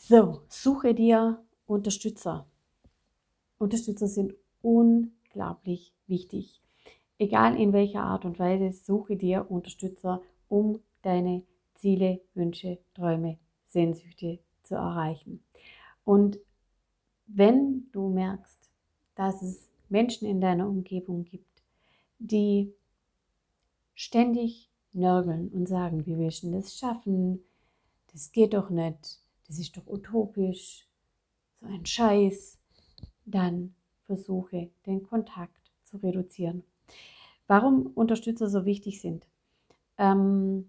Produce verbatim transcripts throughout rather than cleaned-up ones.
So, suche dir Unterstützer. Unterstützer sind unglaublich wichtig. Egal in welcher Art und Weise, suche dir Unterstützer, um deine Ziele, Wünsche, Träume, Sehnsüchte zu erreichen. Und wenn du merkst, dass es Menschen in deiner Umgebung gibt, die ständig nörgeln und sagen, wie willst du das schaffen? Das geht doch nicht, das ist doch utopisch, so ein Scheiß, dann versuche den Kontakt zu reduzieren. Warum Unterstützer so wichtig sind? Ähm,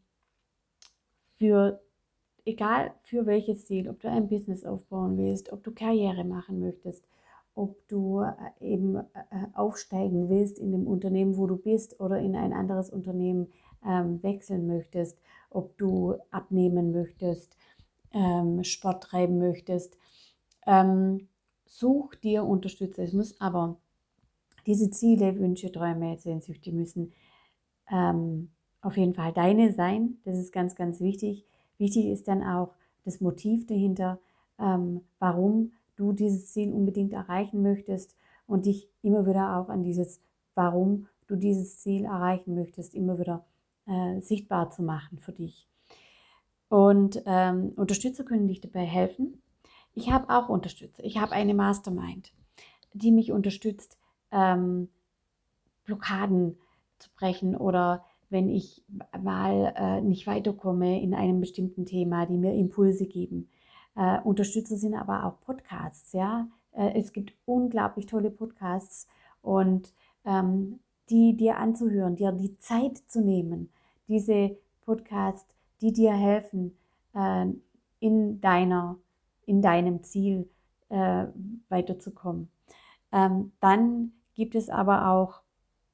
für egal für welches Ziel, ob du ein Business aufbauen willst, ob du Karriere machen möchtest, ob du äh, eben äh, aufsteigen willst in dem Unternehmen, wo du bist oder in ein anderes Unternehmen ähm, wechseln möchtest, ob du abnehmen möchtest, ähm, Sport treiben möchtest. Ähm, such dir Unterstützer. Es muss aber diese Ziele, Wünsche, Träume, Sehnsüchte müssen ähm, auf jeden Fall deine sein. Das ist ganz, ganz wichtig. Wichtig ist dann auch das Motiv dahinter, ähm, warum du dieses Ziel unbedingt erreichen möchtest und dich immer wieder auch an dieses, warum du dieses Ziel erreichen möchtest, immer wieder äh, sichtbar zu machen für dich. Und ähm, Unterstützer können dich dabei helfen. Ich habe auch Unterstützer. Ich habe eine Mastermind, die mich unterstützt, ähm, Blockaden zu brechen oder wenn ich mal äh, nicht weiterkomme in einem bestimmten Thema, die mir Impulse geben. Äh, Unterstützer sind aber auch Podcasts, ja. Äh, es gibt unglaublich tolle Podcasts und ähm, die dir anzuhören, dir die Zeit zu nehmen, diese Podcasts, die dir helfen, äh, in deiner, in deinem Ziel äh, weiterzukommen. Ähm, dann gibt es aber auch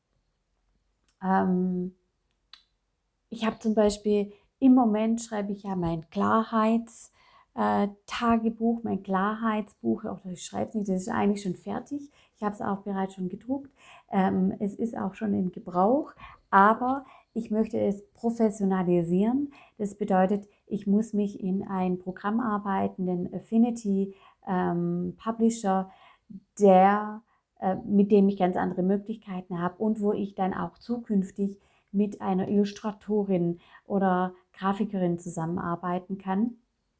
ähm, ich habe zum Beispiel, im Moment schreibe ich ja mein Klarheitstagebuch, äh, Tagebuch, mein Klarheitsbuch, auch ich schreibe es nicht, das ist eigentlich schon fertig. Ich habe es auch bereits schon gedruckt. Ähm, es ist auch schon in Gebrauch, aber ich möchte es professionalisieren. Das bedeutet, ich muss mich in ein Programm arbeiten, den Affinity ähm, Publisher, der, äh, mit dem ich ganz andere Möglichkeiten habe und wo ich dann auch zukünftig mit einer Illustratorin oder Grafikerin zusammenarbeiten kann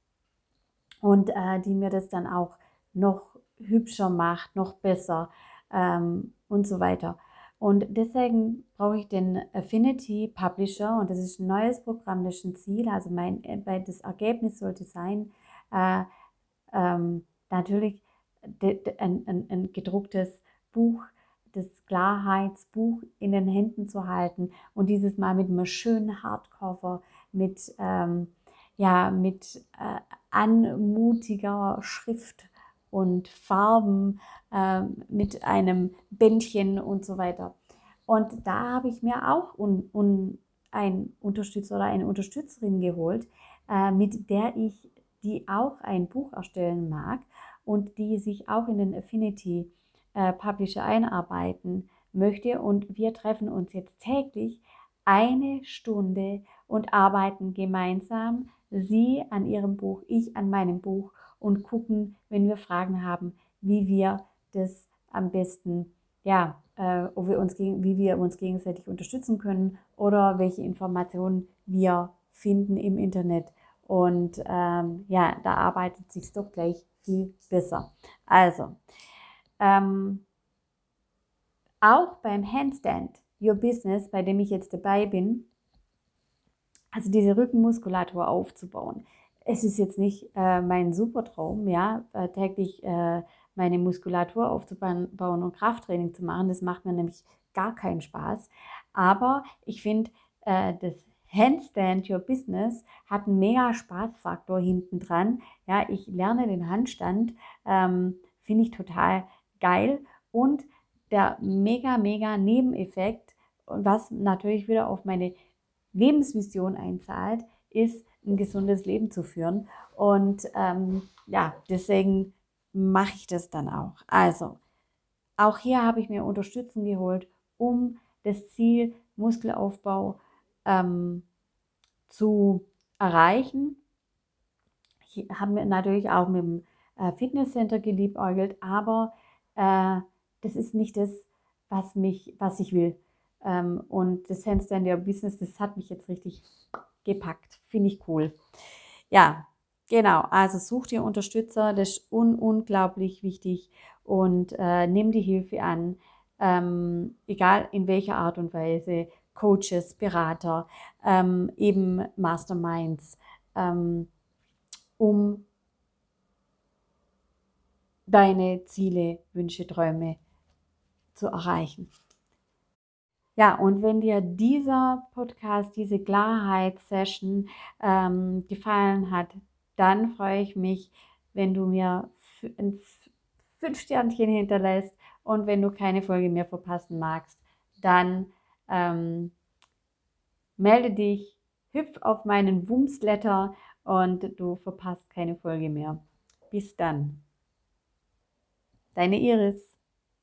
und äh, die mir das dann auch noch hübscher macht, noch besser ähm, und so weiter. Und deswegen brauche ich den Affinity Publisher und das ist ein neues Programm, das ist ein Ziel. Also mein, äh, das Ergebnis sollte sein, äh, ähm, natürlich de, de, ein, ein, ein gedrucktes Buch, das Klarheitsbuch in den Händen zu halten und dieses Mal mit einem schönen Hardcover, mit, ähm, ja, mit äh, anmutiger Schrift und Farben, äh, mit einem Bändchen und so weiter. Und da habe ich mir auch un, un, einen Unterstützer oder eine Unterstützerin geholt, äh, mit der ich die auch ein Buch erstellen mag und die sich auch in den Affinity äh, Publisher einarbeiten möchte. Und wir treffen uns jetzt täglich eine Stunde und arbeiten gemeinsam, sie an ihrem Buch, ich an meinem Buch und gucken, wenn wir Fragen haben, wie wir das am besten, ja, äh, ob wir uns gegen, wie wir uns gegenseitig unterstützen können oder welche Informationen wir finden im Internet. Und ähm, ja, da arbeitet es sich doch gleich viel besser. Also, ähm, auch beim Handstand Your Business, bei dem ich jetzt dabei bin, also diese Rückenmuskulatur aufzubauen. Es ist jetzt nicht äh, mein Supertraum, ja, äh, täglich äh, meine Muskulatur aufzubauen und Krafttraining zu machen. Das macht mir nämlich gar keinen Spaß. Aber ich finde, äh, das Handstand Your Business hat einen mega Spaßfaktor hinten dran. Ja, ich lerne den Handstand, ähm, finde ich total geil. Und der mega, mega Nebeneffekt, was natürlich wieder auf meine Lebensvision einzahlt, ist, ein gesundes Leben zu führen. Und ähm, ja, deswegen mache ich das dann auch. Also, auch hier habe ich mir Unterstützung geholt, um das Ziel Muskelaufbau ähm, zu erreichen. ich habe mir natürlich auch mit dem äh, Fitnesscenter geliebäugelt, aber äh, das ist nicht das, was mich, was ich will. Ähm, und das Handstand Your Business, das hat mich jetzt richtig gepackt. Finde ich cool. Ja, genau. Also such dir Unterstützer, das ist un unglaublich wichtig und äh, nimm die Hilfe an, ähm, egal in welcher Art und Weise. Coaches, Berater, ähm, eben Masterminds, ähm, um deine Ziele, Wünsche, Träume zu erreichen. Ja, und wenn dir dieser Podcast, diese Klarheitssession ähm, gefallen hat, dann freue ich mich, wenn du mir f- ein F- fünf Sternchen hinterlässt und wenn du keine Folge mehr verpassen magst, dann ähm, melde dich, hüpf auf meinen Wumsletter und du verpasst keine Folge mehr. Bis dann. Deine Iris.